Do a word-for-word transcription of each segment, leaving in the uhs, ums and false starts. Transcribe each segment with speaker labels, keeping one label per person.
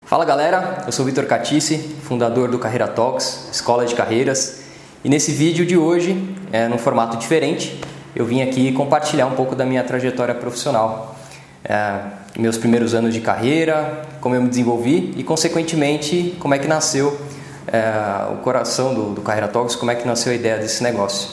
Speaker 1: Fala galera, eu sou o Vitor Catice, fundador do Carreira Talks, escola de carreiras, e nesse vídeo de hoje, é, num formato diferente, eu vim aqui compartilhar um pouco da minha trajetória profissional, é, meus primeiros anos de carreira, como eu me desenvolvi e consequentemente como é que nasceu é, o coração do, do Carreira Talks, como é que nasceu a ideia desse negócio.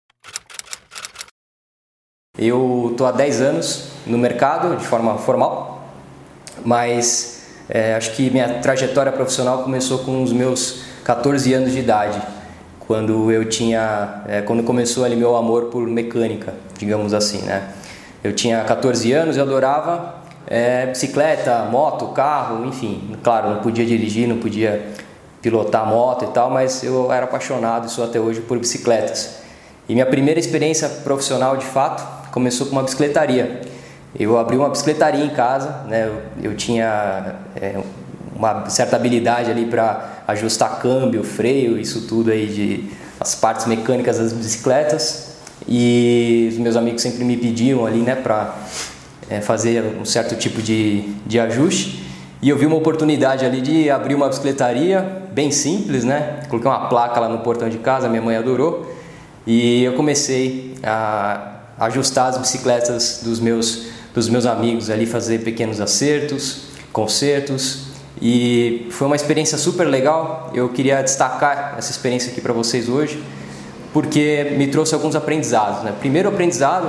Speaker 1: Eu estou há dez anos no mercado de forma formal, mas É, acho que minha trajetória profissional começou com os meus catorze anos de idade, quando eu tinha, é, quando começou ali meu amor por mecânica, digamos assim, né? Eu tinha catorze anos, eu adorava é, bicicleta, moto, carro, enfim. Claro, não podia dirigir, não podia pilotar moto e tal, mas eu era apaixonado e sou até hoje por bicicletas. E minha primeira experiência profissional, de fato, começou com uma bicicletaria. Eu abri uma bicicletaria em casa, né? eu, eu tinha é, uma certa habilidade ali para ajustar câmbio, freio, isso tudo aí de as partes mecânicas das bicicletas, e os meus amigos sempre me pediam ali, né, para é, fazer um certo tipo de, de ajuste, e eu vi uma oportunidade ali de abrir uma bicicletaria bem simples, né? Coloquei uma placa lá no portão de casa, minha mãe adorou, e eu comecei a ajustar as bicicletas dos meus dos meus amigos ali, fazer pequenos acertos, consertos, e foi uma experiência super legal. Eu queria destacar essa experiência aqui para vocês hoje, porque me trouxe alguns aprendizados, né? Primeiro aprendizado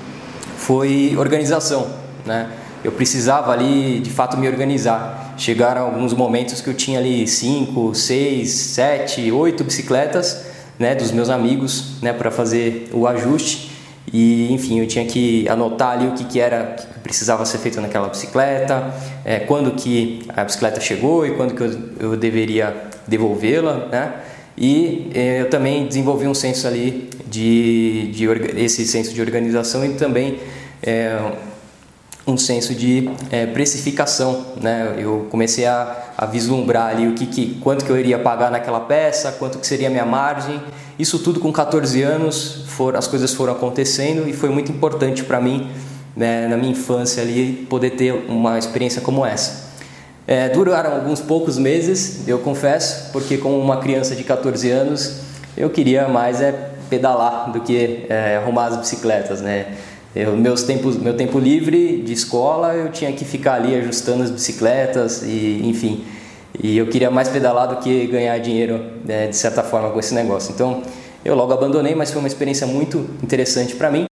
Speaker 1: foi organização, né? Eu precisava ali de fato me organizar. Chegaram alguns momentos que eu tinha ali cinco, seis, sete, oito bicicletas, né, dos meus amigos, né, para fazer o ajuste. E enfim, eu tinha que anotar ali o que, que era que precisava ser feito naquela bicicleta, é, quando que a bicicleta chegou e quando que eu, eu deveria devolvê-la, né? E é, eu também desenvolvi um senso ali de, de esse senso de organização e também é, um senso de é, precificação, né? Eu comecei a, a vislumbrar ali o que, que, quanto que eu iria pagar naquela peça, quanto que seria a minha margem. Isso tudo com catorze anos, for, as coisas foram acontecendo e foi muito importante para mim, né, na minha infância ali, poder ter uma experiência como essa. É, duraram alguns poucos meses, eu confesso, porque como uma criança de catorze anos, eu queria mais é pedalar do que é, arrumar as bicicletas, né? Eu, meus tempos, meu tempo livre de escola, eu tinha que ficar ali ajustando as bicicletas e enfim, e eu queria mais pedalar do que ganhar dinheiro, né, de certa forma com esse negócio. Então eu logo abandonei, mas foi uma experiência muito interessante para mim.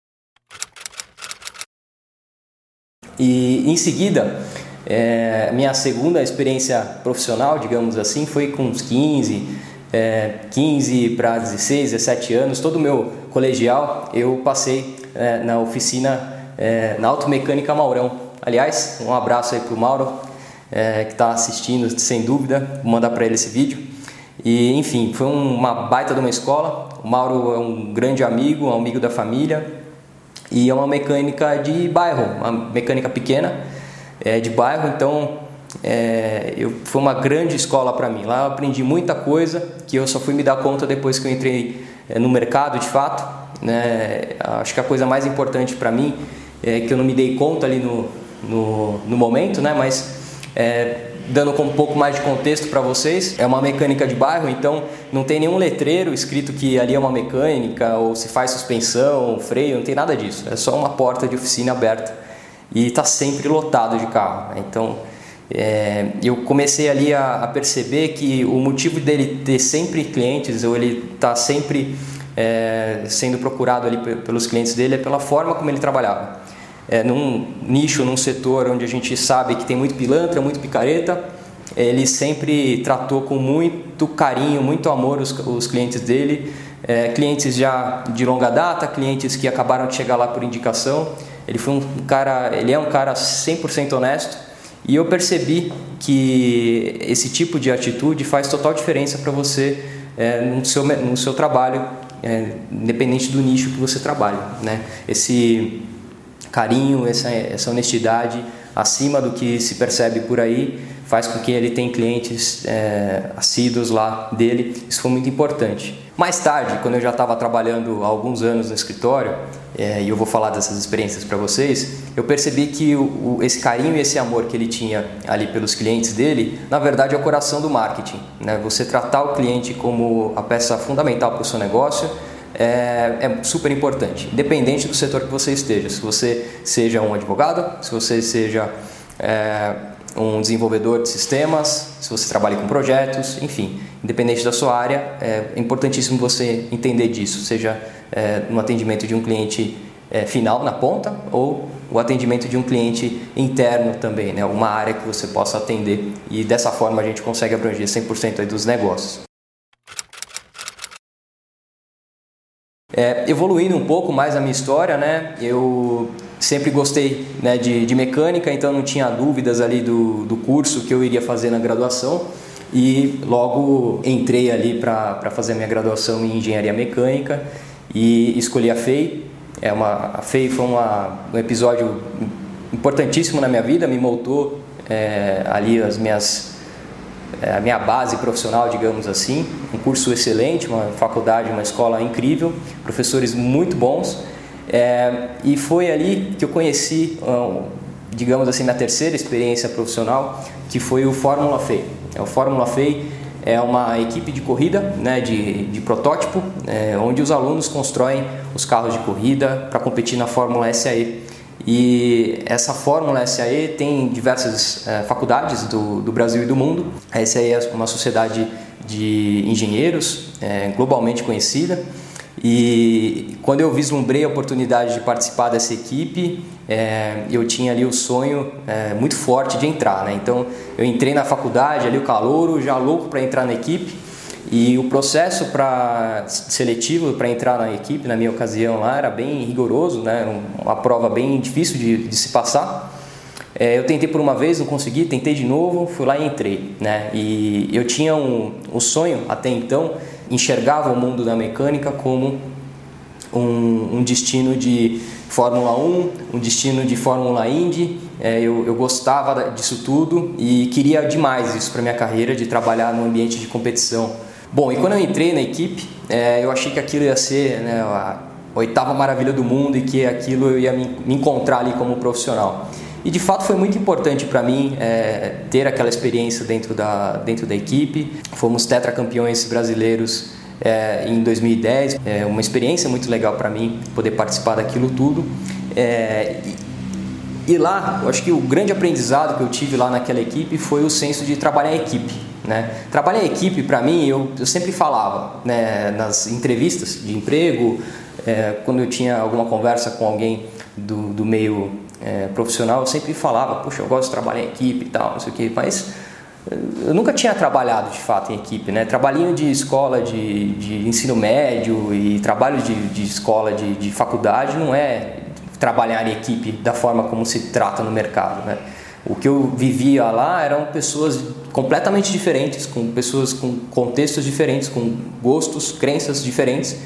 Speaker 1: E em seguida, é, minha segunda experiência profissional, digamos assim, foi com uns quinze, é, quinze para dezesseis, dezessete anos. Todo o meu colegial eu passei é, na oficina, é, na Automecânica Maurão. Aliás, um abraço aí pro Mauro, é, que está assistindo, sem dúvida, vou mandar para ele esse vídeo. E enfim, foi uma baita de uma escola. O Mauro é um grande amigo, um amigo da família, e é uma mecânica de bairro, uma mecânica pequena, é, de bairro. Então é, eu, foi uma grande escola para mim. Lá eu aprendi muita coisa que eu só fui me dar conta depois que eu entrei é, no mercado de fato, né? Acho que a coisa mais importante para mim é que eu não me dei conta ali no, no, no momento, né? Mas É, dando um pouco mais de contexto para vocês, é uma mecânica de bairro, então não tem nenhum letreiro escrito que ali é uma mecânica ou se faz suspensão, freio, não tem nada disso. É só uma porta de oficina aberta e está sempre lotado de carro, né? Então é, eu comecei ali a, a perceber que o motivo dele ter sempre clientes, ou ele está sempre é, sendo procurado ali pelos clientes dele, é pela forma como ele trabalhava. É, num nicho, num setor onde a gente sabe que tem muito pilantra, muito picareta, ele sempre tratou com muito carinho, muito amor os, os clientes dele, é, clientes já de longa data, clientes que acabaram de chegar lá por indicação. Ele foi um cara, ele é um cara cem por cento honesto, e eu percebi que esse tipo de atitude faz total diferença para você é, no, seu, no seu trabalho, é, independente do nicho que você trabalha, né? Esse carinho, essa, essa honestidade acima do que se percebe por aí faz com que ele tenha clientes é, assíduos lá dele. Isso foi muito importante. Mais tarde, quando eu já estava trabalhando há alguns anos no escritório, é, e eu vou falar dessas experiências para vocês, eu percebi que o, o, esse carinho e esse amor que ele tinha ali pelos clientes dele, na verdade é o coração do marketing, né? Você tratar o cliente como a peça fundamental para o seu negócio é, é super importante, independente do setor que você esteja. Se você seja um advogado, se você seja é, um desenvolvedor de sistemas, se você trabalha com projetos, enfim, independente da sua área, é importantíssimo você entender disso, seja é, no atendimento de um cliente é, final na ponta ou o atendimento de um cliente interno também, né? Uma área que você possa atender, e dessa forma a gente consegue abranger cem por cento aí dos negócios. É, evoluindo um pouco mais a minha história, né? Eu sempre gostei, né, de, de mecânica, então não tinha dúvidas ali do, do curso que eu iria fazer na graduação, e logo entrei ali para fazer a minha graduação em engenharia mecânica e escolhi a F E I. É uma, a F E I foi uma, um episódio importantíssimo na minha vida, me moldou é, ali as minhas, é, a minha base profissional, digamos assim. Um curso excelente, uma faculdade, uma escola incrível, professores muito bons. É, e foi ali que eu conheci, digamos assim, minha terceira experiência profissional, que foi o Fórmula F E I. O Fórmula F E I é uma equipe de corrida, né, de, de protótipo, é, onde os alunos constroem os carros de corrida para competir na Fórmula S A E. E essa Fórmula S A E tem diversas é, faculdades do, do Brasil e do mundo. A S A E é uma sociedade de engenheiros é, globalmente conhecida. E quando eu vislumbrei a oportunidade de participar dessa equipe, é, eu tinha ali o sonho é, muito forte de entrar, né? Então eu entrei na faculdade, ali o calouro, já louco para entrar na equipe, e o processo pra, seletivo para entrar na equipe, na minha ocasião lá, era bem rigoroso, né? Era uma prova bem difícil de, de se passar. É, eu tentei por uma vez, não consegui, tentei de novo, fui lá e entrei, né? E eu tinha um, um sonho até então, enxergava o mundo da mecânica como um, um destino de Fórmula um, um destino de Fórmula Indy. É, eu, eu gostava disso tudo e queria demais isso para minha carreira, de trabalhar no ambiente de competição. Bom, e quando eu entrei na equipe, é, eu achei que aquilo ia ser, né, a oitava maravilha do mundo, e que aquilo eu ia me, me encontrar ali como profissional. E de fato foi muito importante para mim é, ter aquela experiência dentro da, dentro da equipe. Fomos tetracampeões brasileiros é, em dois mil e dez, é uma experiência muito legal para mim poder participar daquilo tudo. É, e, e lá, eu acho que o grande aprendizado que eu tive lá naquela equipe foi o senso de trabalhar em equipe, né? Trabalhar em equipe, para mim, eu, eu sempre falava, né, nas entrevistas de emprego, é, quando eu tinha alguma conversa com alguém do, do meio É, profissional, eu sempre falava, puxa, eu gosto de trabalhar em equipe e tal, não sei o que, mas eu nunca tinha trabalhado de fato em equipe, né? Trabalhinho de escola de, de ensino médio e trabalho de, de escola de, de faculdade não é trabalhar em equipe da forma como se trata no mercado, né? O que eu vivia lá eram pessoas completamente diferentes, com pessoas com contextos diferentes, com gostos, crenças diferentes.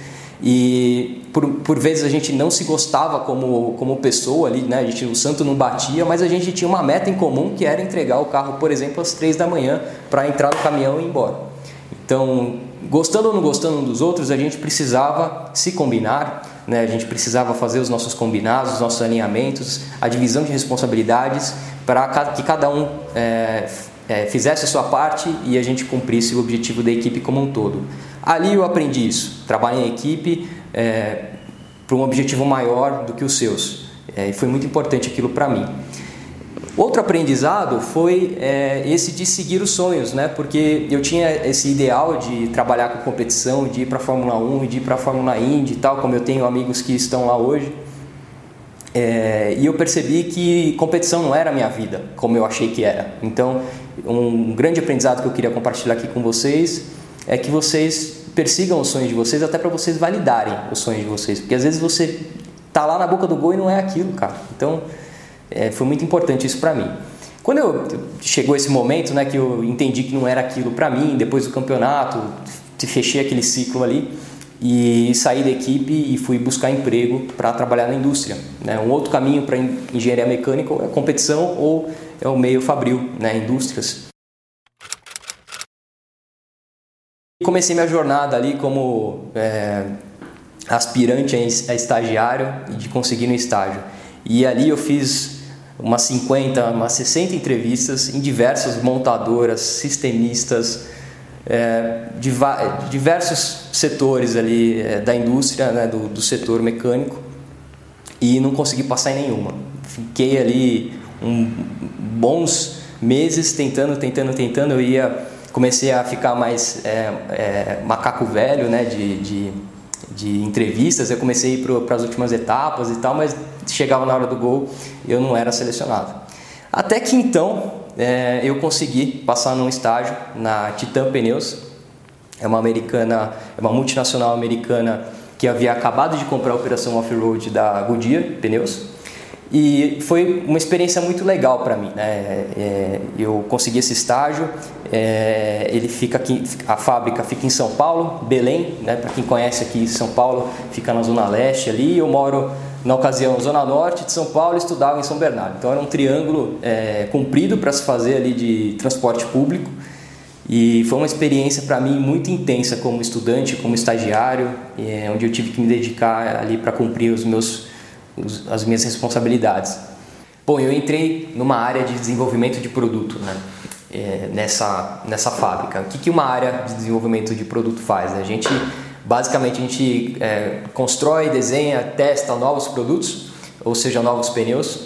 Speaker 1: E por, por vezes a gente não se gostava como, como pessoa ali, né? A gente, o santo não batia, mas a gente tinha uma meta em comum, que era entregar o carro, por exemplo, às três da manhã para entrar no caminhão e ir embora. Então, gostando ou não gostando um dos outros, a gente precisava se combinar, né? A gente precisava fazer os nossos combinados, os nossos alinhamentos, a divisão de responsabilidades, para que cada um é, é, fizesse a sua parte e a gente cumprisse o objetivo da equipe como um todo. Ali eu aprendi isso, trabalhar em equipe é, para um objetivo maior do que os seus, é, e foi muito importante aquilo para mim. Outro aprendizado foi é, esse de seguir os sonhos, né? Porque eu tinha esse ideal de trabalhar com competição, de ir para a Fórmula um, de ir para a Fórmula Indy e tal, como eu tenho amigos que estão lá hoje. É, e eu percebi que competição não era a minha vida, como eu achei que era. Então, um grande aprendizado que eu queria compartilhar aqui com vocês é que vocês persigam os sonhos de vocês, até para vocês validarem os sonhos de vocês, porque às vezes você tá lá na boca do gol e não é aquilo, cara. Então, é, foi muito importante isso para mim. Quando eu, chegou esse momento, né, que eu entendi que não era aquilo para mim, depois do campeonato, fechei aquele ciclo ali e saí da equipe e fui buscar emprego para trabalhar na indústria, né? Um outro caminho para engenharia mecânica é competição ou é o meio fabril, né, indústrias. Comecei minha jornada ali como é, aspirante a estagiário e de conseguir um estágio. E ali eu fiz umas cinquenta, umas sessenta entrevistas em diversas montadoras, sistemistas, é, de diversos setores ali é, da indústria, né, do, do setor mecânico, e não consegui passar em nenhuma. Fiquei ali um, bons meses tentando, tentando, tentando. Eu ia, comecei a ficar mais é, é, macaco velho, né, de, de, de entrevistas. Eu comecei a ir para as últimas etapas e tal, mas chegava na hora do gol eu não era selecionado. Até que então é, eu consegui passar num estágio na Titan Pneus. É uma americana, é uma multinacional americana que havia acabado de comprar a operação off-road da Goodyear Pneus. E foi uma experiência muito legal para mim, né? É, eu consegui esse estágio. É, ele fica aqui, a fábrica fica em São Paulo, Belém, né? Para quem conhece aqui, São Paulo fica na zona leste ali. Eu moro na ocasião zona norte de São Paulo, estudava em São Bernardo. Então era um triângulo é, comprido para se fazer ali de transporte público. E foi uma experiência para mim muito intensa como estudante, como estagiário, é, onde eu tive que me dedicar ali para cumprir os meus as minhas responsabilidades. Bom, eu entrei numa área de desenvolvimento de produto, né? É, nessa, nessa fábrica. O que, que uma área de desenvolvimento de produto faz? A gente, basicamente, a gente é, constrói, desenha, testa novos produtos, ou seja, novos pneus.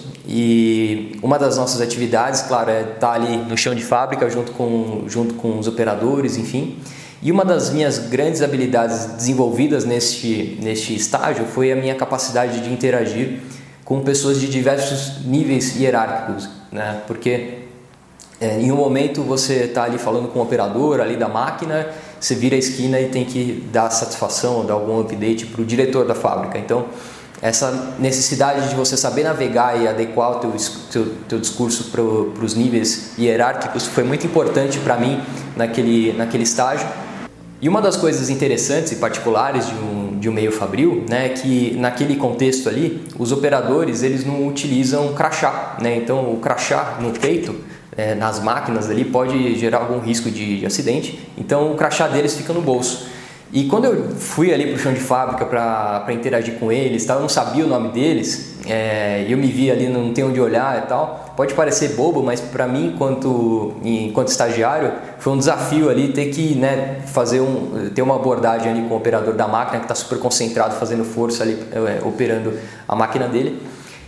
Speaker 1: E uma das nossas atividades, claro, é estar ali no chão de fábrica junto com, junto com os operadores, enfim. E uma das minhas grandes habilidades desenvolvidas neste, neste estágio foi a minha capacidade de interagir com pessoas de diversos níveis hierárquicos, né? Porque é, em um momento você está ali falando com o operador ali da máquina, você vira a esquina e tem que dar satisfação, dar algum update para o diretor da fábrica. Então, essa necessidade de você saber navegar e adequar o teu, teu, teu discurso para os níveis hierárquicos foi muito importante para mim naquele, naquele estágio. E uma das coisas interessantes e particulares de um, de um meio fabril, né, é que naquele contexto ali, os operadores eles não utilizam crachá, né? Então o crachá no peito, é, nas máquinas ali, pode gerar algum risco de, de acidente, então o crachá deles fica no bolso. E quando eu fui ali para o chão de fábrica para interagir com eles, tal, eu não sabia o nome deles, é, eu me vi ali, não tem onde olhar e tal. Pode parecer bobo, mas para mim, enquanto, enquanto estagiário, foi um desafio ali ter que, né, fazer um, ter uma abordagem ali com o operador da máquina que está super concentrado, fazendo força ali, é, operando a máquina dele.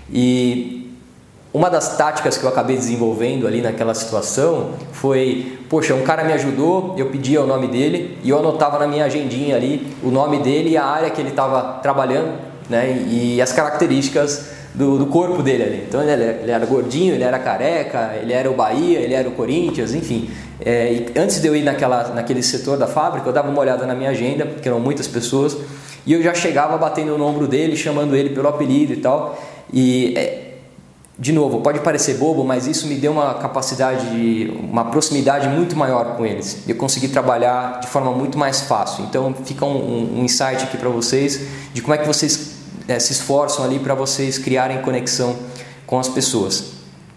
Speaker 1: E uma das táticas que eu acabei desenvolvendo ali naquela situação foi, poxa, um cara me ajudou, eu pedia o nome dele e eu anotava na minha agendinha ali o nome dele e a área que ele estava trabalhando, né, e as características do, do corpo dele ali. Então ele, ele era gordinho, ele era careca, ele era o Bahia, ele era o Corinthians, enfim. É, e antes de eu ir naquela, naquele setor da fábrica, eu dava uma olhada na minha agenda, porque eram muitas pessoas, e eu já chegava batendo no ombro dele, chamando ele pelo apelido e tal. E é, de novo, pode parecer bobo, mas isso me deu uma capacidade, uma proximidade muito maior com eles. Eu consegui trabalhar de forma muito mais fácil. Então fica um, um insight aqui para vocês de como é que vocês é, se esforçam ali para vocês criarem conexão com as pessoas.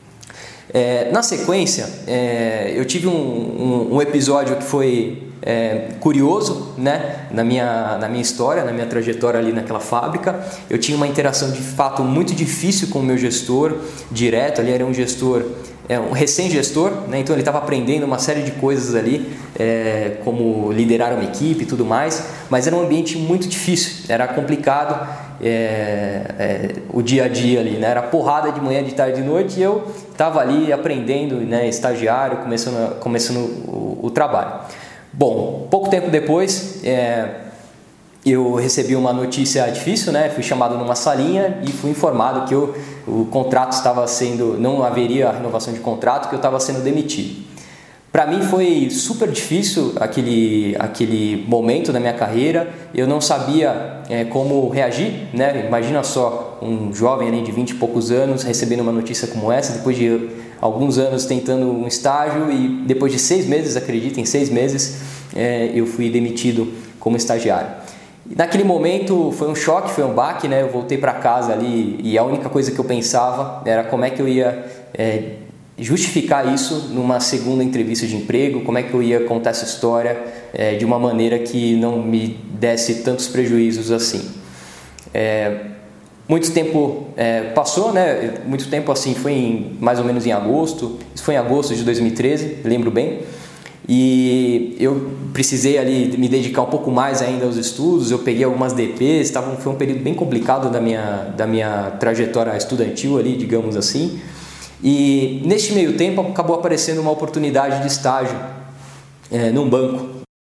Speaker 1: É, na sequência, é, eu tive um, um, um episódio que foi é, curioso, né, na minha, na minha história, na minha trajetória ali naquela fábrica. Eu tinha uma interação de fato muito difícil com o meu gestor direto. Ali era um gestor, é, um recém-gestor, né, então ele estava aprendendo uma série de coisas ali, é, como liderar uma equipe e tudo mais, mas era um ambiente muito difícil, era complicado. É, é, o dia a dia ali, né? Era porrada de manhã, de tarde, de noite, e eu estava ali aprendendo, né, estagiário, começando, começando o, o trabalho. Bom, pouco tempo depois é, eu recebi uma notícia difícil, né? Fui chamado numa salinha e fui informado que eu, o contrato estava sendo, não haveria renovação de contrato, que eu estava sendo demitido. Para mim foi super difícil aquele, aquele momento da minha carreira. Eu não sabia é, como reagir, né? Imagina só, um jovem ali de vinte e poucos anos recebendo uma notícia como essa, depois de alguns anos tentando um estágio, e depois de seis meses, acreditem, seis meses, é, eu fui demitido como estagiário. E naquele momento foi um choque, foi um baque, né? Eu voltei para casa ali e a única coisa que eu pensava era como é que eu ia... É, justificar isso numa segunda entrevista de emprego, como é que eu ia contar essa história é, de uma maneira que não me desse tantos prejuízos assim. É, muito tempo é, passou, né? Muito tempo assim, foi em, mais ou menos em agosto, isso foi em agosto de dois mil e treze, lembro bem, e eu precisei ali me dedicar um pouco mais ainda aos estudos, eu peguei algumas D Ps, tava, foi um período bem complicado da minha, da minha trajetória estudantil ali, digamos assim. E neste meio tempo acabou aparecendo uma oportunidade de estágio é, num banco.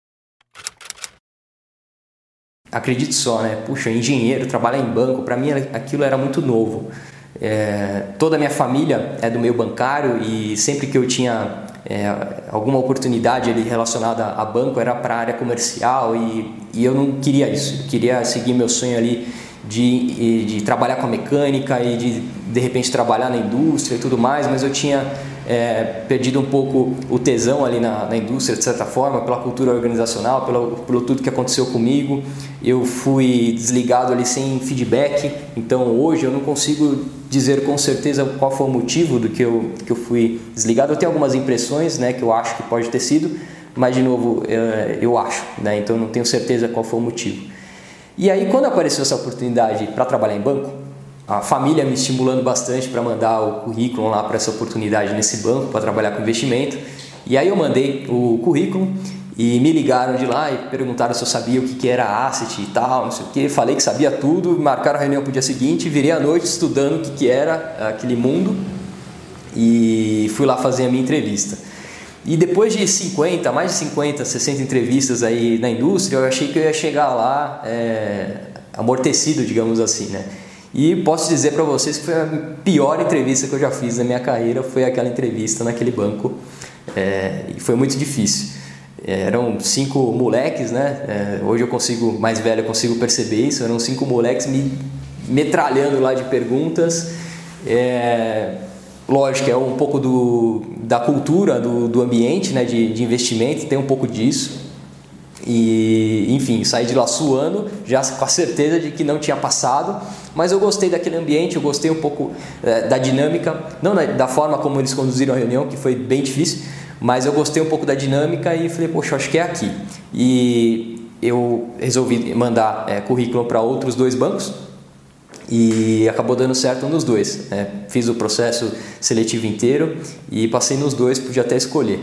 Speaker 1: Acredite só, né? Puxa, engenheiro, trabalhar em banco, para mim aquilo era muito novo. É, toda a minha família é do meio bancário e sempre que eu tinha é, alguma oportunidade ali relacionada a banco era para a área comercial e, e eu não queria isso. Eu queria seguir meu sonho ali de, de trabalhar com a mecânica e de de repente trabalhar na indústria e tudo mais, mas eu tinha é, perdido um pouco o tesão ali na, na indústria, de certa forma, pela cultura organizacional, pelo, pelo tudo que aconteceu comigo. Eu fui desligado ali sem feedback, então hoje eu não consigo dizer com certeza qual foi o motivo do que eu, que eu fui desligado. Eu tenho algumas impressões, né, que eu acho que pode ter sido, mas de novo eu, eu acho, né, então eu não tenho certeza qual foi o motivo. E aí quando apareceu essa oportunidade para trabalhar em banco, a família me estimulando bastante para mandar o currículo lá para essa oportunidade nesse banco, para trabalhar com investimento. E aí eu mandei o currículo e me ligaram de lá e perguntaram se eu sabia o que era asset e tal, não sei o que. Falei que sabia tudo, marcaram a reunião para o dia seguinte, virei à noite estudando o que era aquele mundo e fui lá fazer a minha entrevista. E depois de cinquenta, mais de cinquenta, sessenta entrevistas aí na indústria, eu achei que eu ia chegar lá é, amortecido, digamos assim, né? E posso dizer para vocês que foi a pior entrevista que eu já fiz na minha carreira, foi aquela entrevista naquele banco, é, e foi muito difícil. É, eram cinco moleques, né? É, hoje eu consigo, mais velho, eu consigo perceber isso, eram cinco moleques me metralhando lá de perguntas. É, lógico, é um pouco do, da cultura, do, do ambiente, né? de, de investimento, tem um pouco disso. E, enfim, saí de lá suando, já com a certeza de que não tinha passado, mas eu gostei daquele ambiente, eu gostei um pouco é, da dinâmica, não da, da forma como eles conduziram a reunião, que foi bem difícil, mas eu gostei um pouco da dinâmica e falei, poxa, acho que é aqui. E eu resolvi mandar é, currículo para outros dois bancos e acabou dando certo um dos dois. É, fiz o processo seletivo inteiro e passei nos dois, podia até escolher.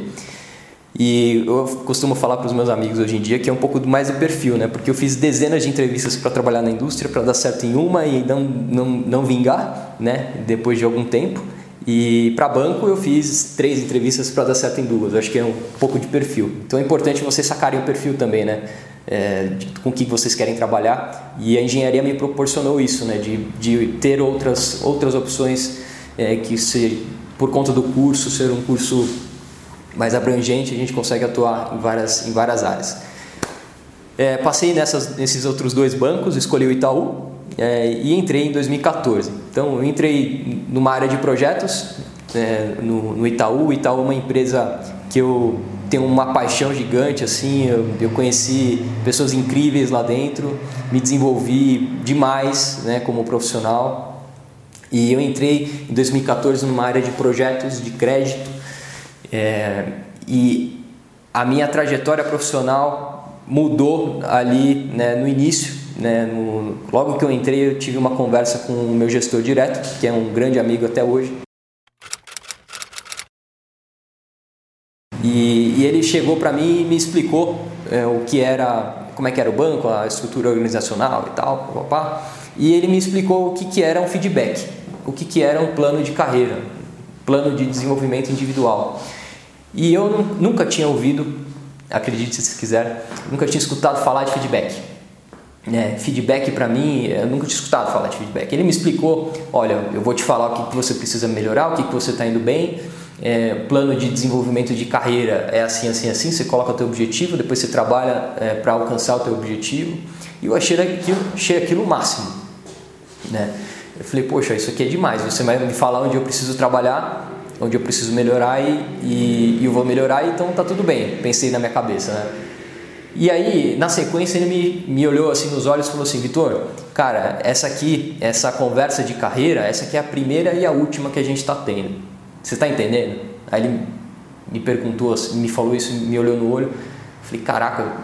Speaker 1: E eu costumo falar para os meus amigos hoje em dia que é um pouco mais do perfil, né? Porque eu fiz dezenas de entrevistas para trabalhar na indústria, para dar certo em uma e não, não, não vingar, né? Depois de algum tempo. E para banco eu fiz três entrevistas para dar certo em duas. Eu acho que é um pouco de perfil. Então é importante vocês sacarem o perfil também, né? É, de, com o que vocês querem trabalhar. E a engenharia me proporcionou isso, né? De, de ter outras, outras opções é, que se, por conta do curso, ser um curso mais abrangente, a gente consegue atuar em várias, em várias áreas. É, passei nessas, nesses outros dois bancos, escolhi o Itaú é, e entrei em dois mil e catorze. Então, eu entrei numa área de projetos é, no, no Itaú. O Itaú é uma empresa que eu tenho uma paixão gigante, assim, eu, eu conheci pessoas incríveis lá dentro, me desenvolvi demais, né, como profissional. E eu entrei em dois mil e catorze numa área de projetos de crédito. É, e a minha trajetória profissional mudou ali, né, no início, né, no, logo que eu entrei eu tive uma conversa com o meu gestor direto, que é um grande amigo até hoje, e, e ele chegou para mim e me explicou é, o que era, como é que era o banco, a estrutura organizacional e tal, papá, e ele me explicou o que, que era um feedback, o que, que era um plano de carreira, plano de desenvolvimento individual. E eu nunca tinha ouvido, acredite se quiser, nunca tinha escutado falar de feedback. É, feedback para mim, eu nunca tinha escutado falar de feedback. Ele me explicou, olha, eu vou te falar o que você precisa melhorar, o que você está indo bem, é, plano de desenvolvimento de carreira é assim, assim, assim, você coloca o teu objetivo, depois você trabalha é, para alcançar o teu objetivo. E eu achei aquilo, achei aquilo o máximo, né? Eu falei, poxa, isso aqui é demais, você vai me falar onde eu preciso trabalhar, onde eu preciso melhorar e, e, e eu vou melhorar, então tá tudo bem, pensei na minha cabeça, né? E aí, na sequência, ele me, me olhou assim nos olhos e falou assim, Vitor, cara, essa aqui, essa conversa de carreira, essa aqui é a primeira e a última que a gente está tendo. Você está entendendo? Aí ele me perguntou, me falou isso, me olhou no olho. Eu falei, caraca. Eu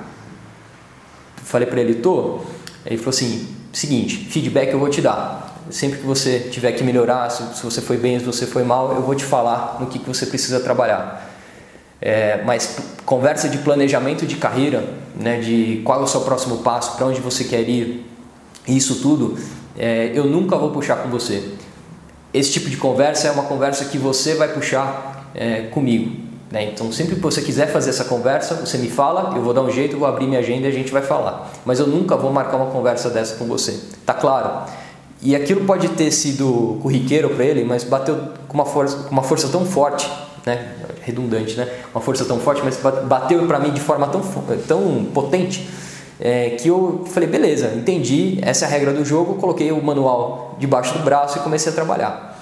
Speaker 1: falei para ele, tô. Aí ele falou assim, seguinte, feedback eu vou te dar. Sempre que você tiver que melhorar, se, se você foi bem, se você foi mal, eu vou te falar no que, que você precisa trabalhar. É, mas conversa de planejamento de carreira, né, de qual é o seu próximo passo, para onde você quer ir, isso tudo, é, eu nunca vou puxar com você. Esse tipo de conversa é uma conversa que você vai puxar é, comigo, né? Então sempre que você quiser fazer essa conversa, você me fala, eu vou dar um jeito, vou abrir minha agenda e a gente vai falar. Mas eu nunca vou marcar uma conversa dessa com você, tá claro? E aquilo pode ter sido corriqueiro para ele, mas bateu com uma força, com uma força tão forte, né? Redundante, né? Uma força tão forte, mas bateu para mim de forma tão, tão potente, é, que eu falei, beleza, entendi, essa é a regra do jogo, coloquei o manual debaixo do braço e comecei a trabalhar.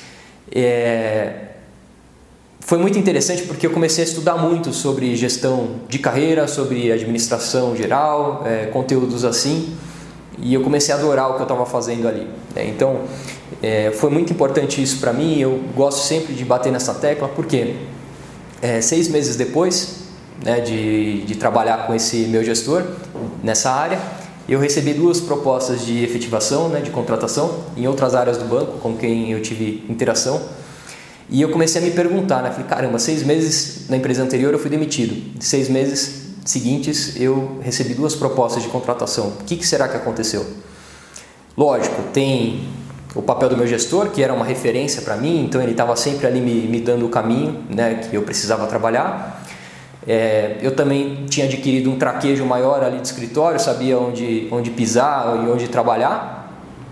Speaker 1: É, foi muito interessante porque eu comecei a estudar muito sobre gestão de carreira, sobre administração geral, é, conteúdos assim, e eu comecei a adorar o que eu estava fazendo ali, né? Então é, foi muito importante isso para mim. Eu gosto sempre de bater nessa tecla porque é, seis meses depois, né, de, de trabalhar com esse meu gestor nessa área, eu recebi duas propostas de efetivação, né, de contratação em outras áreas do banco com quem eu tive interação. E eu comecei a me perguntar, né? Falei, caramba, seis meses na empresa anterior eu fui demitido, seis meses seguintes eu recebi duas propostas de contratação. O que, que será que aconteceu? Lógico, tem o papel do meu gestor, que era uma referência para mim, então ele estava sempre ali me, me dando o caminho, né, que eu precisava trabalhar. É, eu também tinha adquirido um traquejo maior ali de escritório, sabia onde, onde pisar e onde trabalhar,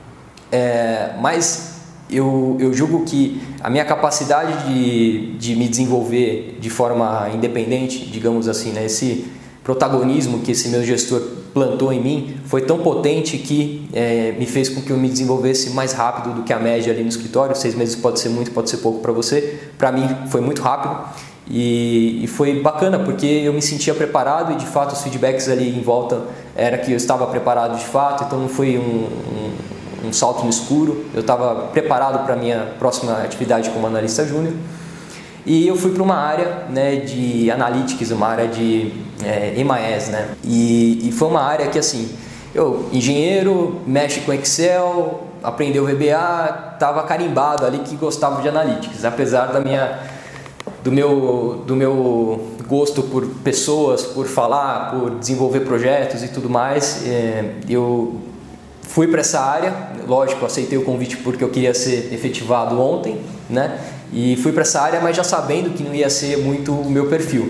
Speaker 1: é, mas eu, eu julgo que a minha capacidade de, de me desenvolver de forma independente, digamos assim, né, esse protagonismo que esse meu gestor plantou em mim foi tão potente que é, me fez com que eu me desenvolvesse mais rápido do que a média ali no escritório. Seis meses pode ser muito, pode ser pouco para você, para mim foi muito rápido e, e foi bacana porque eu me sentia preparado e de fato os feedbacks ali em volta era que eu estava preparado de fato, então não foi um, um, um salto no escuro, eu estava preparado para a minha próxima atividade como analista júnior. E eu fui para uma área, né, de Analytics, uma área de é, M I S, né? E, e foi uma área que, assim, eu, engenheiro, mexe com Excel, aprendeu V B A, estava carimbado ali que gostava de Analytics, apesar da minha, do, meu, do meu gosto por pessoas, por falar, por desenvolver projetos e tudo mais. É, eu fui para essa área, lógico, aceitei o convite porque eu queria ser efetivado ontem, né? E fui para essa área, mas já sabendo que não ia ser muito o meu perfil.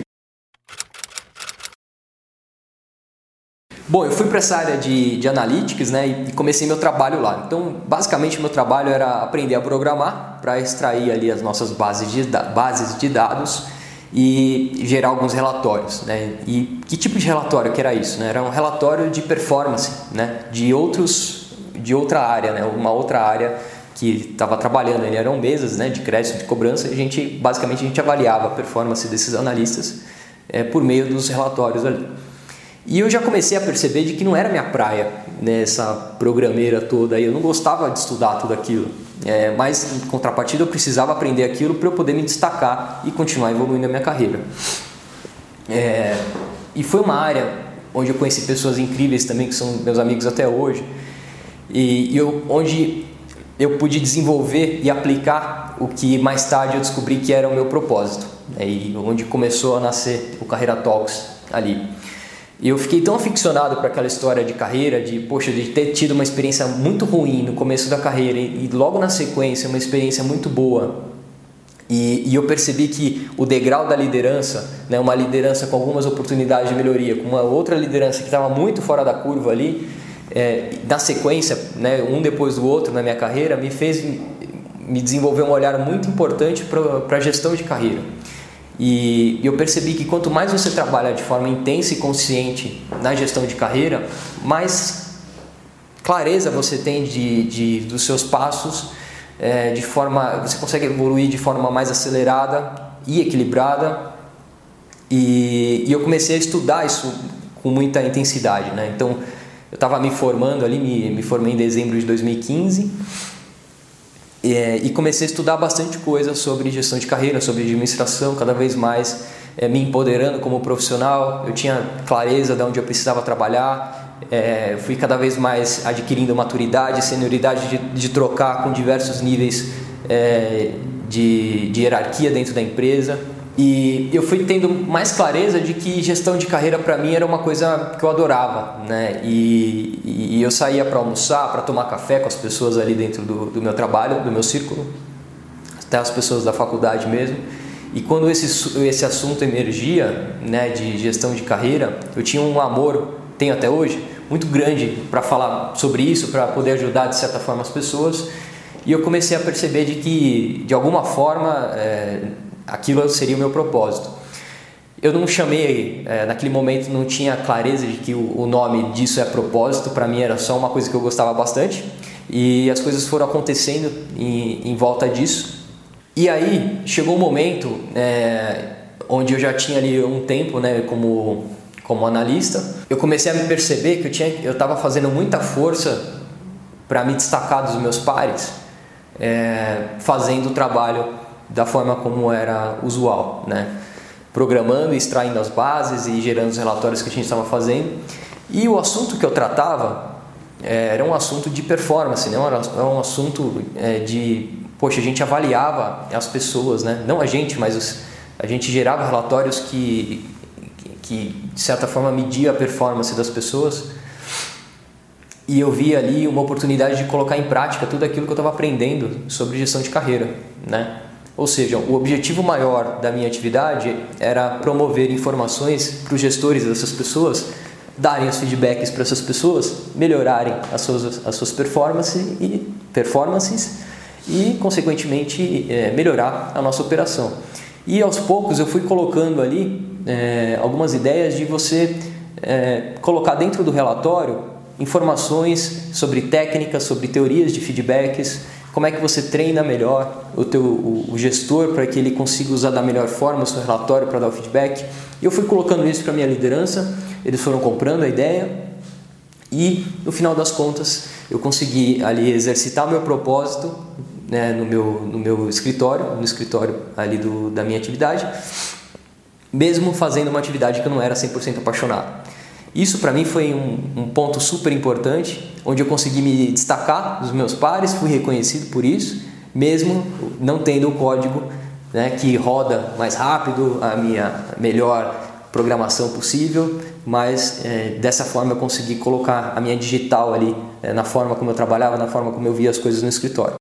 Speaker 1: Bom, eu fui para essa área de, de Analytics, né, e comecei meu trabalho lá. Então, basicamente, meu trabalho era aprender a programar para extrair ali as nossas bases de, bases de dados e gerar alguns relatórios, né? E que tipo de relatório que era isso, né? Era um relatório de performance, né, de, outros, de outra área, né, uma outra área que estava trabalhando, ali eram mesas, né, de crédito, de cobrança, e a gente, basicamente a gente avaliava a performance desses analistas é, por meio dos relatórios ali. E eu já comecei a perceber de que não era minha praia, né, essa programeira toda aí, eu não gostava de estudar tudo aquilo, é, mas em contrapartida eu precisava aprender aquilo para eu poder me destacar e continuar evoluindo a minha carreira. É, e foi uma área onde eu conheci pessoas incríveis também, que são meus amigos até hoje, e, e eu, onde eu pude desenvolver e aplicar o que mais tarde eu descobri que era o meu propósito, né? E onde começou a nascer o Carreira Talks ali. E eu fiquei tão aficionado para aquela história de carreira, de, poxa, de ter tido uma experiência muito ruim no começo da carreira e, e logo na sequência uma experiência muito boa. E, e eu percebi que o degrau da liderança, né, uma liderança com algumas oportunidades de melhoria, com uma outra liderança que estava muito fora da curva ali, É, na sequência, né, um depois do outro na minha carreira, me fez me desenvolver um olhar muito importante para a gestão de carreira. E eu percebi que quanto mais você trabalha de forma intensa e consciente na gestão de carreira, mais clareza você tem de, de, dos seus passos, é, de forma, você consegue evoluir de forma mais acelerada e equilibrada. E, e eu comecei a estudar isso com muita intensidade, né? Então, eu estava me formando ali, me, me formei em dezembro de dois mil e quinze é, e comecei a estudar bastante coisa sobre gestão de carreira, sobre administração, cada vez mais é, me empoderando como profissional. Eu tinha clareza de onde eu precisava trabalhar, é, fui cada vez mais adquirindo maturidade, senioridade de, de trocar com diversos níveis é, de, de hierarquia dentro da empresa. E eu fui tendo mais clareza de que gestão de carreira para mim era uma coisa que eu adorava, né? E, e eu saía para almoçar, para tomar café com as pessoas ali dentro do, do meu trabalho, do meu círculo, até as pessoas da faculdade mesmo. E quando esse, esse assunto emergia, né, de gestão de carreira, eu tinha um amor, tenho até hoje, muito grande para falar sobre isso, para poder ajudar de certa forma as pessoas. E eu comecei a perceber de que, de alguma forma, é, aquilo seria o meu propósito. Eu não chamei, é, naquele momento não tinha clareza de que o, o nome disso é propósito, para mim era só uma coisa que eu gostava bastante, e as coisas foram acontecendo em, em volta disso. E aí chegou um momento é, onde eu já tinha ali um tempo, né, como, como analista, eu comecei a me perceber que eu tinha, eu estava fazendo muita força para me destacar dos meus pares, é, fazendo o trabalho da forma como era usual, né? Programando, extraindo as bases e gerando os relatórios que a gente estava fazendo. E o assunto que eu tratava é, era um assunto de performance, né? Era um assunto é, de, poxa, a gente avaliava as pessoas, né? Não a gente, mas os, a gente gerava relatórios que, que, de certa forma, media a performance das pessoas. E eu vi ali uma oportunidade de colocar em prática tudo aquilo que eu estava aprendendo sobre gestão de carreira, né? Ou seja, o objetivo maior da minha atividade era promover informações para os gestores dessas pessoas, darem os feedbacks para essas pessoas, melhorarem as suas, as suas performances e, performances e, consequentemente, é, melhorar a nossa operação. E aos poucos eu fui colocando ali é, algumas ideias de você é, colocar dentro do relatório informações sobre técnicas, sobre teorias de feedbacks, como é que você treina melhor o, teu, o, o gestor para que ele consiga usar da melhor forma o seu relatório para dar o feedback. E eu fui colocando isso para a minha liderança, eles foram comprando a ideia e, no final das contas, eu consegui ali exercitar o meu propósito, né, no, meu, no meu escritório, no escritório ali do, da minha atividade, mesmo fazendo uma atividade que eu não era cem por cento apaixonado. Isso para mim foi um, um ponto super importante, onde eu consegui me destacar dos meus pares, fui reconhecido por isso, mesmo não tendo o código, né, que roda mais rápido, a minha melhor programação possível, mas é, dessa forma eu consegui colocar a minha digital ali, é, na forma como eu trabalhava, na forma como eu via as coisas no escritório.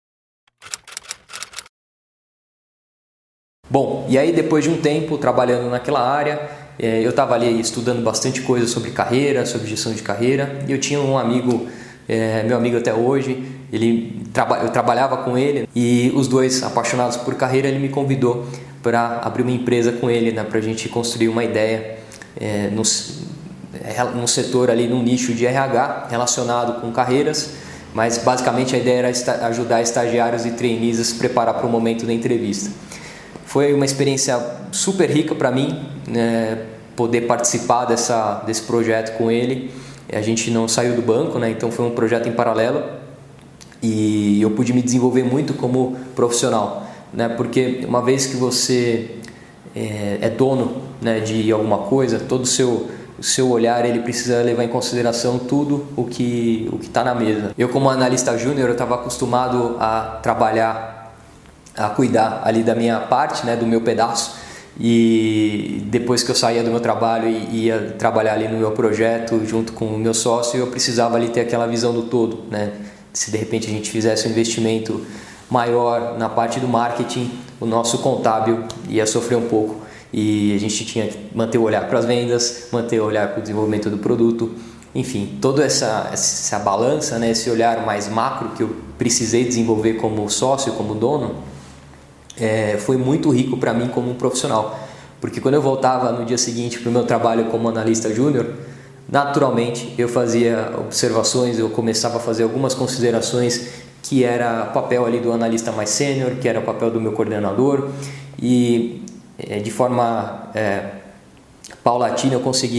Speaker 1: Bom, e aí depois de um tempo trabalhando naquela área, eu estava ali estudando bastante coisa sobre carreira, sobre gestão de carreira, e eu tinha um amigo, é, meu amigo até hoje, ele, eu trabalhava com ele, e os dois apaixonados por carreira, ele me convidou para abrir uma empresa com ele, né, para a gente construir uma ideia é, no, no setor ali, num nicho de R H relacionado com carreiras, mas basicamente a ideia era ajudar estagiários e trainees a se preparar para o momento da entrevista. Foi uma experiência super rica para mim, né, poder participar dessa, desse projeto com ele. A gente não saiu do banco, né, então foi um projeto em paralelo e eu pude me desenvolver muito como profissional, né, porque uma vez que você é, é dono, né, de alguma coisa, todo o seu, o seu olhar ele precisa levar em consideração tudo o que o que está na mesa. Eu, como analista júnior, eu estava acostumado a trabalhar, a cuidar ali da minha parte, né, do meu pedaço, e depois que eu saía do meu trabalho e ia trabalhar ali no meu projeto junto com o meu sócio, eu precisava ali ter aquela visão do todo, né? Se de repente a gente fizesse um investimento maior na parte do marketing, o nosso contábil ia sofrer um pouco e a gente tinha que manter o olhar para as vendas, manter o olhar para o desenvolvimento do produto, enfim, toda essa, essa balança, né, esse olhar mais macro que eu precisei desenvolver como sócio, como dono, É, foi muito rico para mim como um profissional, porque quando eu voltava no dia seguinte para o meu trabalho como analista júnior, naturalmente eu fazia observações, eu começava a fazer algumas considerações que era o papel ali do analista mais sênior, que era o papel do meu coordenador, e é, de forma é, paulatina eu consegui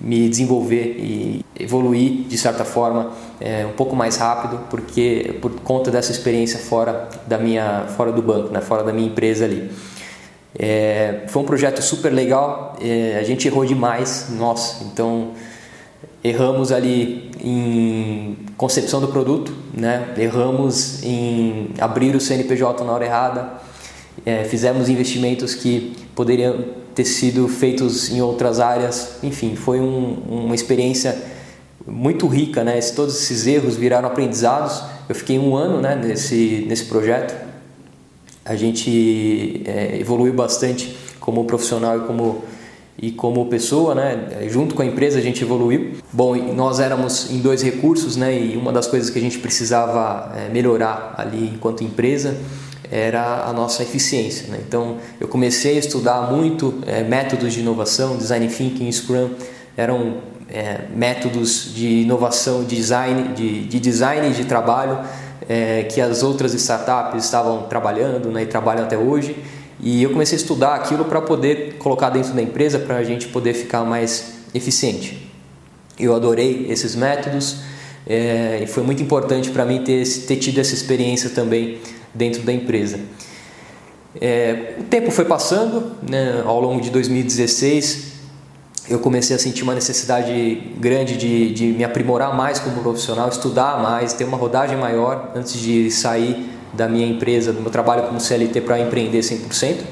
Speaker 1: me desenvolver e evoluir de certa forma é, um pouco mais rápido, porque por conta dessa experiência fora da minha, fora do banco, né, fora da minha empresa ali. É, foi um projeto super legal, é, a gente errou demais, nossa, então erramos ali em concepção do produto, né, erramos em abrir o C N P J na hora errada, é, fizemos investimentos que poderiam ter sido feitos em outras áreas, enfim, foi um, uma experiência muito rica, né, todos esses erros viraram aprendizados. Eu fiquei um ano, né, nesse, nesse projeto. A gente é, evoluiu bastante como profissional e como, e como pessoa, né? Junto com a empresa a gente evoluiu. Bom, nós éramos em dois recursos, né? E uma das coisas que a gente precisava é, melhorar ali enquanto empresa era a nossa eficiência, né? Então eu comecei a estudar muito é, métodos de inovação, design thinking, Scrum, eram é, métodos de inovação, design, de, de design de trabalho, É, que as outras startups estavam trabalhando, né, e trabalham até hoje, e eu comecei a estudar aquilo para poder colocar dentro da empresa para a gente poder ficar mais eficiente. Eu adorei esses métodos é, e foi muito importante para mim ter, ter tido essa experiência também dentro da empresa. É, o tempo foi passando, né, ao longo de dois mil e dezesseis eu comecei a sentir uma necessidade grande de, de me aprimorar mais como profissional, estudar mais, ter uma rodagem maior antes de sair da minha empresa, do meu trabalho como C L T para empreender cem por cento.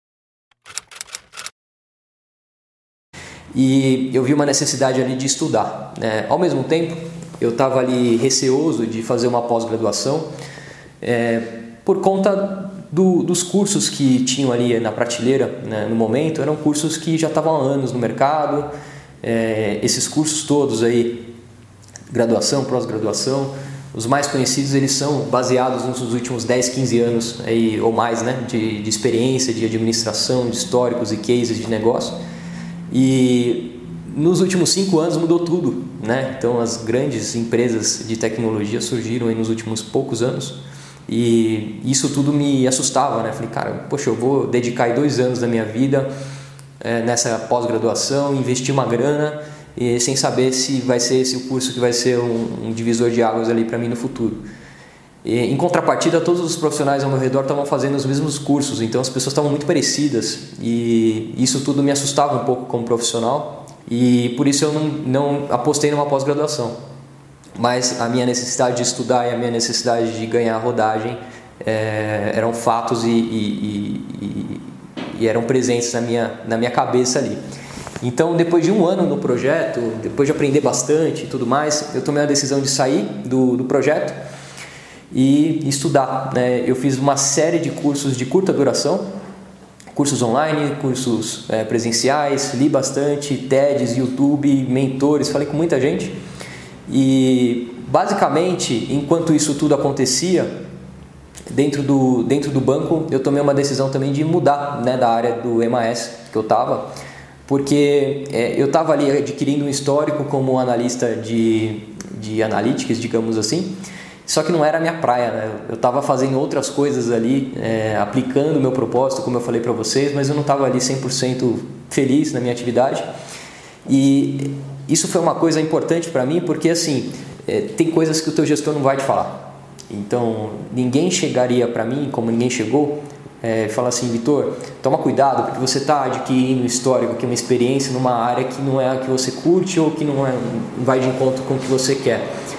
Speaker 1: E eu vi uma necessidade ali de estudar, né? Ao mesmo tempo, eu estava ali receoso de fazer uma pós-graduação é, por conta Do, dos cursos que tinham ali na prateleira, né, no momento, eram cursos que já estavam há anos no mercado. É, esses cursos todos aí, graduação, pós-graduação, os mais conhecidos, eles são baseados nos últimos dez, quinze anos aí, ou mais, né, de, de experiência, de administração, de históricos e cases de negócio. E nos últimos cinco anos mudou tudo, né? Então as grandes empresas de tecnologia surgiram aí nos últimos poucos anos. E isso tudo me assustava, né? Falei, cara, poxa, eu vou dedicar aí dois anos da minha vida é, nessa pós-graduação, investir uma grana e sem saber se vai ser esse o curso que vai ser um, um divisor de águas ali para mim no futuro. E, em contrapartida, todos os profissionais ao meu redor estavam fazendo os mesmos cursos, então as pessoas estavam muito parecidas e isso tudo me assustava um pouco como profissional e por isso eu não, não apostei numa pós-graduação. Mas a minha necessidade de estudar e a minha necessidade de ganhar rodagem é, eram fatos e, e, e, e eram presentes na minha, na minha cabeça ali. Então, depois de um ano no projeto, depois de aprender bastante e tudo mais, eu tomei a decisão de sair do, do projeto e estudar, né? Eu fiz uma série de cursos de curta duração, cursos online, cursos é, presenciais, li bastante, TEDs, YouTube, mentores, falei com muita gente. E basicamente, enquanto isso tudo acontecia dentro do, dentro do banco, eu tomei uma decisão também de mudar, né, da área do M A S que eu estava, porque é, eu estava ali adquirindo um histórico como analista de, de analytics, digamos assim, só que não era a minha praia, né? Eu estava fazendo outras coisas ali, é, aplicando o meu propósito, como eu falei para vocês, mas eu não estava ali cem por cento feliz na minha atividade. E isso foi uma coisa importante para mim, porque assim, é, tem coisas que o teu gestor não vai te falar. Então, ninguém chegaria para mim, como ninguém chegou, é, e fala assim, Vitor, toma cuidado, porque você está adquirindo um histórico, que é uma experiência numa área que não é a que você curte ou que não, é, não vai de encontro com o que você quer.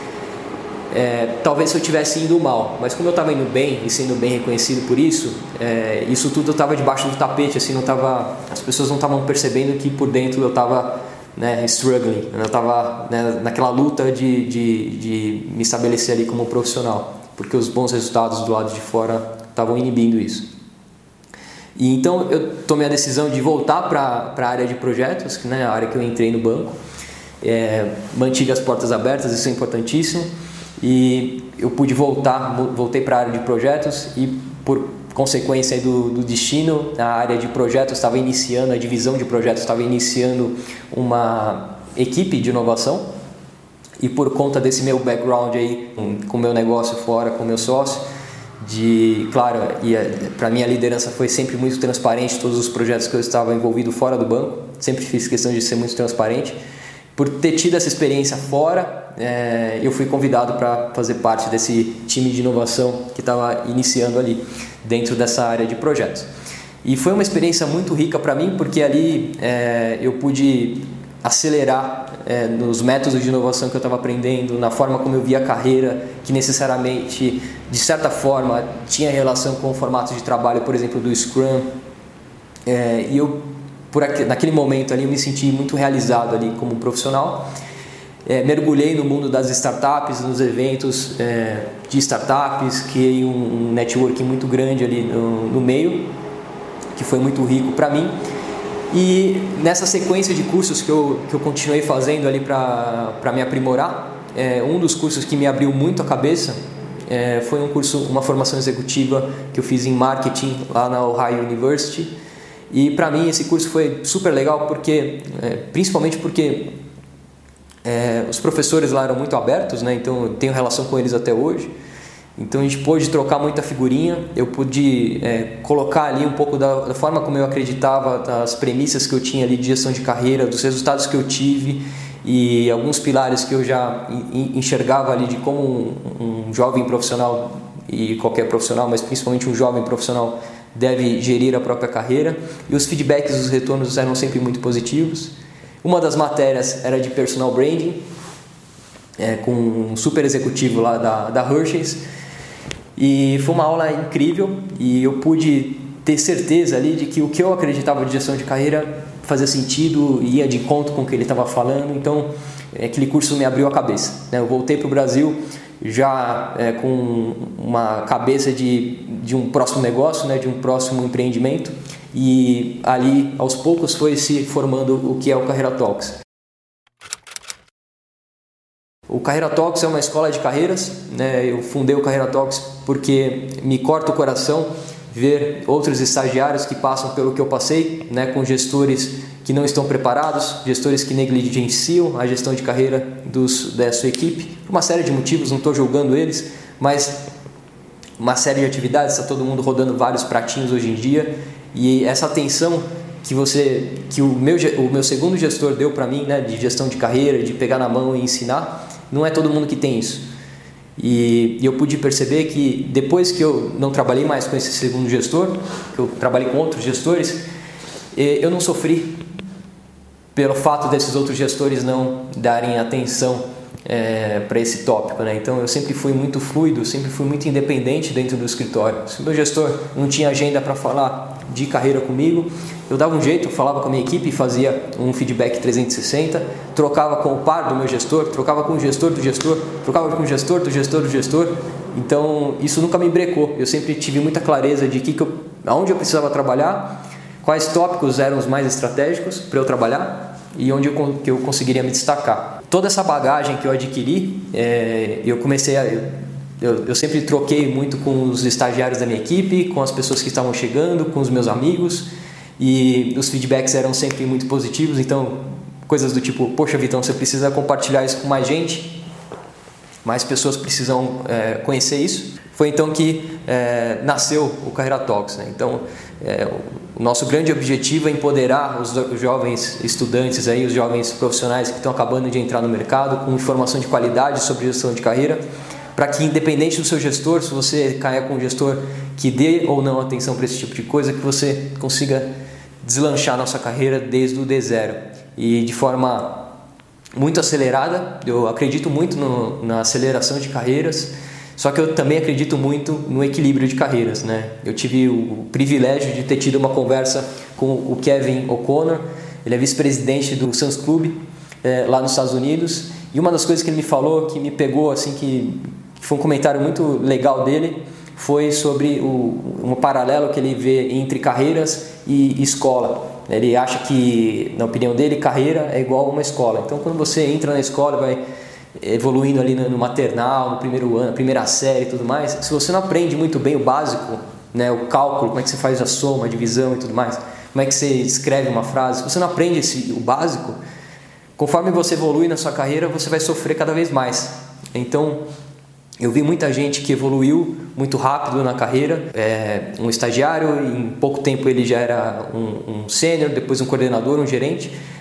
Speaker 1: É, talvez se eu tivesse indo mal, mas como eu estava indo bem e sendo bem reconhecido por isso, é, isso tudo estava debaixo do tapete, assim, não tava, as pessoas não estavam percebendo que por dentro eu estava, né, struggling, eu estava, né, naquela luta de, de, de me estabelecer ali como profissional, porque os bons resultados do lado de fora estavam inibindo isso. E então eu tomei a decisão de voltar para a área de projetos, né, a área que eu entrei no banco, é, mantive as portas abertas, isso é importantíssimo, e eu pude voltar, voltei para a área de projetos e por consequência do, do destino, a área de projetos estava iniciando, a divisão de projetos estava iniciando uma equipe de inovação e por conta desse meu background aí, com o meu negócio fora, com o meu sócio, de, claro, e para mim a liderança foi sempre muito transparente, todos os projetos que eu estava envolvido fora do banco, sempre fiz questão de ser muito transparente. por ter tido essa experiência fora, é, eu fui convidado para fazer parte desse time de inovação que estava iniciando ali, dentro dessa área de projetos. E foi uma experiência muito rica para mim, porque ali é, eu pude acelerar é, nos métodos de inovação que eu estava aprendendo, na forma como eu via a carreira, que necessariamente, de certa forma, tinha relação com o formato de trabalho, por exemplo, do Scrum. É, e eu, por aqui, naquele momento ali, eu me senti muito realizado ali como profissional. É, mergulhei no mundo das startups, nos eventos é, de startups, criei um, um networking muito grande ali no, no meio, que foi muito rico para mim. E nessa sequência de cursos que eu, que eu continuei fazendo ali para me aprimorar, é, um dos cursos que me abriu muito a cabeça é, foi um curso, uma formação executiva que eu fiz em marketing lá na Ohio University. E para mim esse curso foi super legal, porque, é, principalmente porque é, os professores lá eram muito abertos, né? Então eu tenho relação com eles até hoje. Então a gente pôde trocar muita figurinha, eu pude é, colocar ali um pouco da, da forma como eu acreditava, das premissas que eu tinha ali de gestão de carreira, dos resultados que eu tive e alguns pilares que eu já enxergava ali de como um, um jovem profissional, e qualquer profissional, mas principalmente um jovem profissional, deve gerir a própria carreira. E os feedbacks, os retornos eram sempre muito positivos. Uma das matérias era de personal branding, é, com um super executivo lá da, da Hershey's. E foi uma aula incrível e eu pude ter certeza ali de que o que eu acreditava de gestão de carreira fazia sentido e ia de encontro com o que ele estava falando. Então, aquele curso me abriu a cabeça, né? Eu voltei para o Brasil já é, com uma cabeça de, de um próximo negócio, né? De um próximo empreendimento, e ali, aos poucos, foi se formando o que é o Carreira Talks. O Carreira Talks é uma escola de carreiras, né? Eu fundei o Carreira Talks porque me corta o coração ver outros estagiários que passam pelo que eu passei, né? Com gestores que não estão preparados, gestores que negligenciam a gestão de carreira dos, da sua equipe, por uma série de motivos, não estou julgando eles, mas uma série de atividades, está todo mundo rodando vários pratinhos hoje em dia, e essa atenção que você, que o meu, o meu segundo gestor deu para mim, né? De gestão de carreira, de pegar na mão e ensinar, não é todo mundo que tem isso. E eu pude perceber que depois que eu não trabalhei mais com esse segundo gestor, que eu trabalhei com outros gestores, eu não sofri pelo fato desses outros gestores não darem atenção é, para esse tópico, né? Então eu sempre fui muito fluido, sempre fui muito independente dentro do escritório. Se o meu gestor não tinha agenda para falar de carreira comigo, eu dava um jeito, eu falava com a minha equipe, fazia um feedback trezentos e sessenta, trocava com o par do meu gestor, trocava com o gestor do gestor, trocava com o gestor do gestor do gestor. Então isso nunca me brecou, eu sempre tive muita clareza de que que eu, aonde eu precisava trabalhar, quais tópicos eram os mais estratégicos para eu trabalhar e onde eu, que eu conseguiria me destacar. Toda essa bagagem que eu adquiri, é, eu comecei a... Eu, eu sempre troquei muito com os estagiários da minha equipe, com as pessoas que estavam chegando, com os meus amigos, e os feedbacks eram sempre muito positivos. Então, coisas do tipo: poxa, Vitão, você precisa compartilhar isso com mais gente, mais pessoas precisam é, conhecer isso. Foi então que é, nasceu o Carreira Talks, né? Então, é, o nosso grande objetivo é empoderar os, os jovens estudantes, aí, os jovens profissionais que estão acabando de entrar no mercado com informação de qualidade sobre gestão de carreira, para que, independente do seu gestor, se você caia com um gestor que dê ou não atenção para esse tipo de coisa, que você consiga deslanchar a nossa carreira desde o D zero e de forma muito acelerada. Eu acredito muito no, na aceleração de carreiras, só que eu também acredito muito no equilíbrio de carreiras, né? Eu tive o privilégio de ter tido uma conversa com o Kevin O'Connor, ele é vice-presidente do Suns Club, é, lá nos Estados Unidos, e uma das coisas que ele me falou, que me pegou, assim, que foi um comentário muito legal dele, foi sobre o, um paralelo que ele vê entre carreiras e escola. Ele acha que, na opinião dele, carreira é igual a uma escola. Então, quando você entra na escola, vai evoluindo ali no maternal, no primeiro ano, primeira série e tudo mais, se você não aprende muito bem o básico, né, o cálculo, como é que você faz a soma, a divisão e tudo mais, como é que você escreve uma frase, se você não aprende esse, o básico, conforme você evolui na sua carreira, você vai sofrer cada vez mais. Então, eu vi muita gente que evoluiu muito rápido na carreira, é, um estagiário, em pouco tempo ele já era um, um sênior, depois um coordenador, um gerente,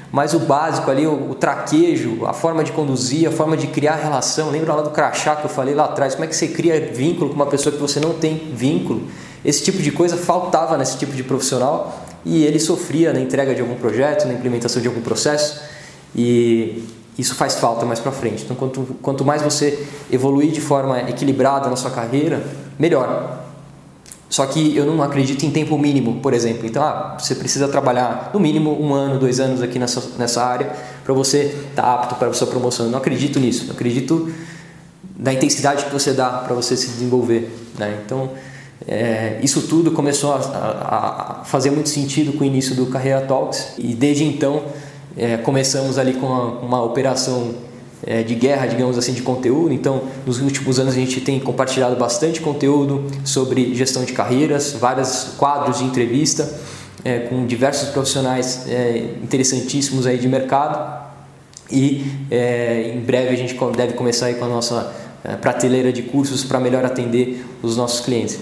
Speaker 1: mas o básico ali, o, o traquejo, a forma de conduzir, a forma de criar relação. Lembra lá do crachá que eu falei lá atrás? Como é que você cria vínculo com uma pessoa que você não tem vínculo? Esse tipo de coisa faltava nesse tipo de profissional e ele sofria na entrega de algum projeto, na implementação de algum processo, e isso faz falta mais para frente. Então, quanto, quanto mais você evoluir de forma equilibrada na sua carreira, melhor. Só que eu não acredito em tempo mínimo, por exemplo. Então, ah, você precisa trabalhar no mínimo um ano, dois anos aqui nessa, nessa área para você estar tá apto para a sua promoção. Eu não acredito nisso. Eu acredito na intensidade que você dá para você se desenvolver, né? Então, é, isso tudo começou a, a, a fazer muito sentido com o início do Carreira Talks e desde então é, começamos ali com uma, uma operação é, de guerra, digamos assim, de conteúdo. Então, nos últimos anos a gente tem compartilhado bastante conteúdo sobre gestão de carreiras, vários quadros de entrevista é, com diversos profissionais é, interessantíssimos aí de mercado e é, em breve a gente deve começar aí com a nossa é, prateleira de cursos para melhor atender os nossos clientes.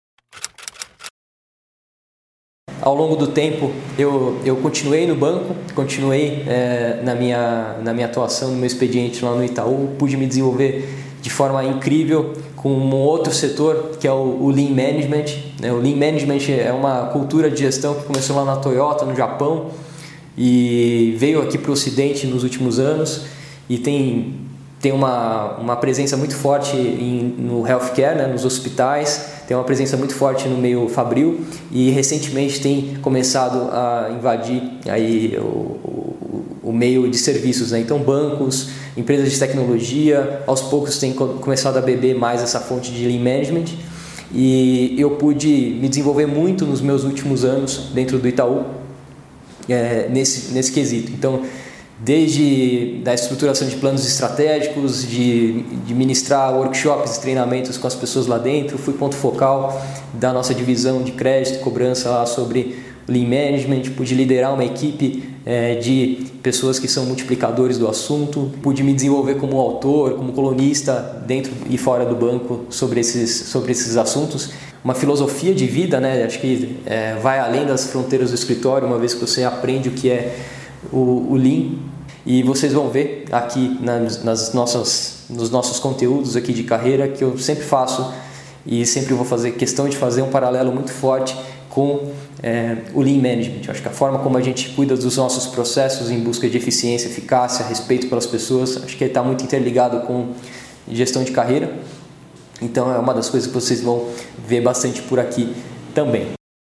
Speaker 1: Ao longo do tempo eu, eu continuei no banco, continuei é, na, minha, na minha atuação, no meu expediente lá no Itaú, pude me desenvolver de forma incrível com um outro setor que é o, o Lean Management. Né? O Lean Management é uma cultura de gestão que começou lá na Toyota, no Japão, e veio aqui para o Ocidente nos últimos anos e tem, tem uma, uma presença muito forte em, no healthcare, né? Nos hospitais. Tem uma presença muito forte no meio fabril e recentemente tem começado a invadir aí o, o, o meio de serviços, né? Então bancos, empresas de tecnologia, aos poucos têm começado a beber mais essa fonte de Lean Management e eu pude me desenvolver muito nos meus últimos anos dentro do Itaú é, nesse, nesse quesito. Então, desde da estruturação de planos estratégicos, de, de ministrar workshops e treinamentos com as pessoas lá dentro, fui ponto focal da nossa divisão de crédito e cobrança lá sobre Lean Management, pude liderar uma equipe é, de pessoas que são multiplicadores do assunto, pude me desenvolver como autor, como colunista dentro e fora do banco sobre esses, sobre esses assuntos. Uma filosofia de vida, né? Acho que é, vai além das fronteiras do escritório, uma vez que você aprende o que é O, o Lean, e vocês vão ver aqui nas, nas nossas, nos nossos conteúdos aqui de carreira que eu sempre faço e sempre vou fazer questão de fazer um paralelo muito forte com é, o Lean Management. Eu acho que a forma como a gente cuida dos nossos processos em busca de eficiência, eficácia, respeito pelas pessoas, acho que ele está muito interligado com gestão de carreira. Então é uma das coisas que vocês vão ver bastante por aqui também.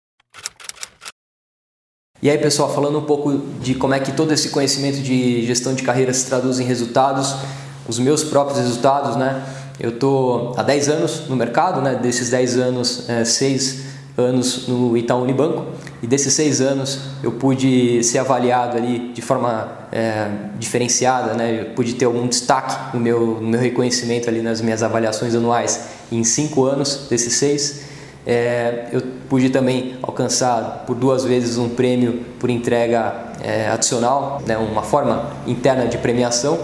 Speaker 1: E aí, pessoal, falando um pouco de como é que todo esse conhecimento de gestão de carreira se traduz em resultados, os meus próprios resultados, né? Eu estou há dez anos no mercado, né? Desses dez anos, é, seis anos no Itaú Unibanco, e desses seis anos eu pude ser avaliado ali de forma é, diferenciada, né? Eu pude ter algum destaque no meu, no meu reconhecimento ali nas minhas avaliações anuais em cinco anos desses seis. É, eu pude também alcançar por duas vezes um prêmio por entrega é, adicional, né, uma forma interna de premiação.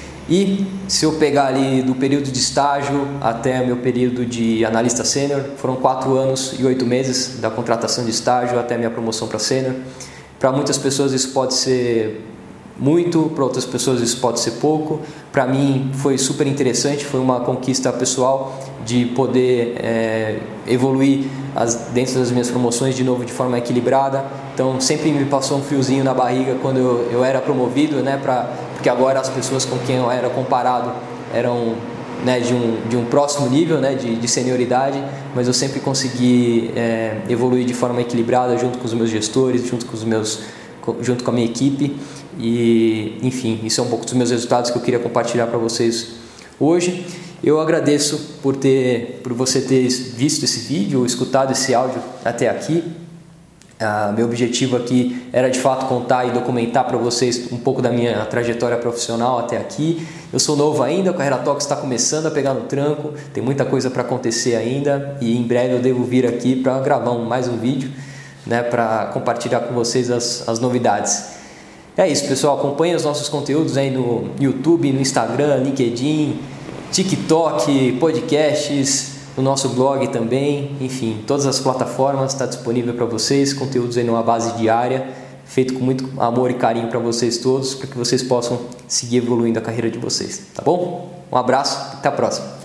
Speaker 1: E se eu pegar ali do período de estágio até meu período de analista sênior, foram quatro anos e oito meses da contratação de estágio até minha promoção para sênior. Para muitas pessoas isso pode ser muito, para outras pessoas isso pode ser pouco. Para mim foi super interessante, foi uma conquista pessoal de poder é, evoluir as, dentro das minhas promoções de novo de forma equilibrada. Então sempre me passou um fiozinho na barriga quando eu, eu era promovido, né, pra, porque agora as pessoas com quem eu era comparado eram, né, de, um, de um próximo nível, né, de, de senioridade, mas eu sempre consegui é, evoluir de forma equilibrada junto com os meus gestores, junto com os meus junto com a minha equipe. E enfim, isso é um pouco dos meus resultados que eu queria compartilhar para vocês hoje. Eu agradeço por, ter, por você ter visto esse vídeo ou escutado esse áudio até aqui. Ah, meu objetivo aqui era de fato contar e documentar para vocês um pouco da minha trajetória profissional até aqui. Eu sou novo ainda, o Carreira Talks está começando a pegar no tranco, tem muita coisa para acontecer ainda e em breve eu devo vir aqui para gravar um, mais um vídeo, né, para compartilhar com vocês as, as novidades. É isso, pessoal, acompanhem os nossos conteúdos aí no YouTube, no Instagram, LinkedIn, TikTok, podcasts, no nosso blog também, enfim, todas as plataformas está disponível para vocês, conteúdos aí numa base diária feito com muito amor e carinho para vocês todos, para que vocês possam seguir evoluindo a carreira de vocês, tá bom? Um abraço e até a próxima.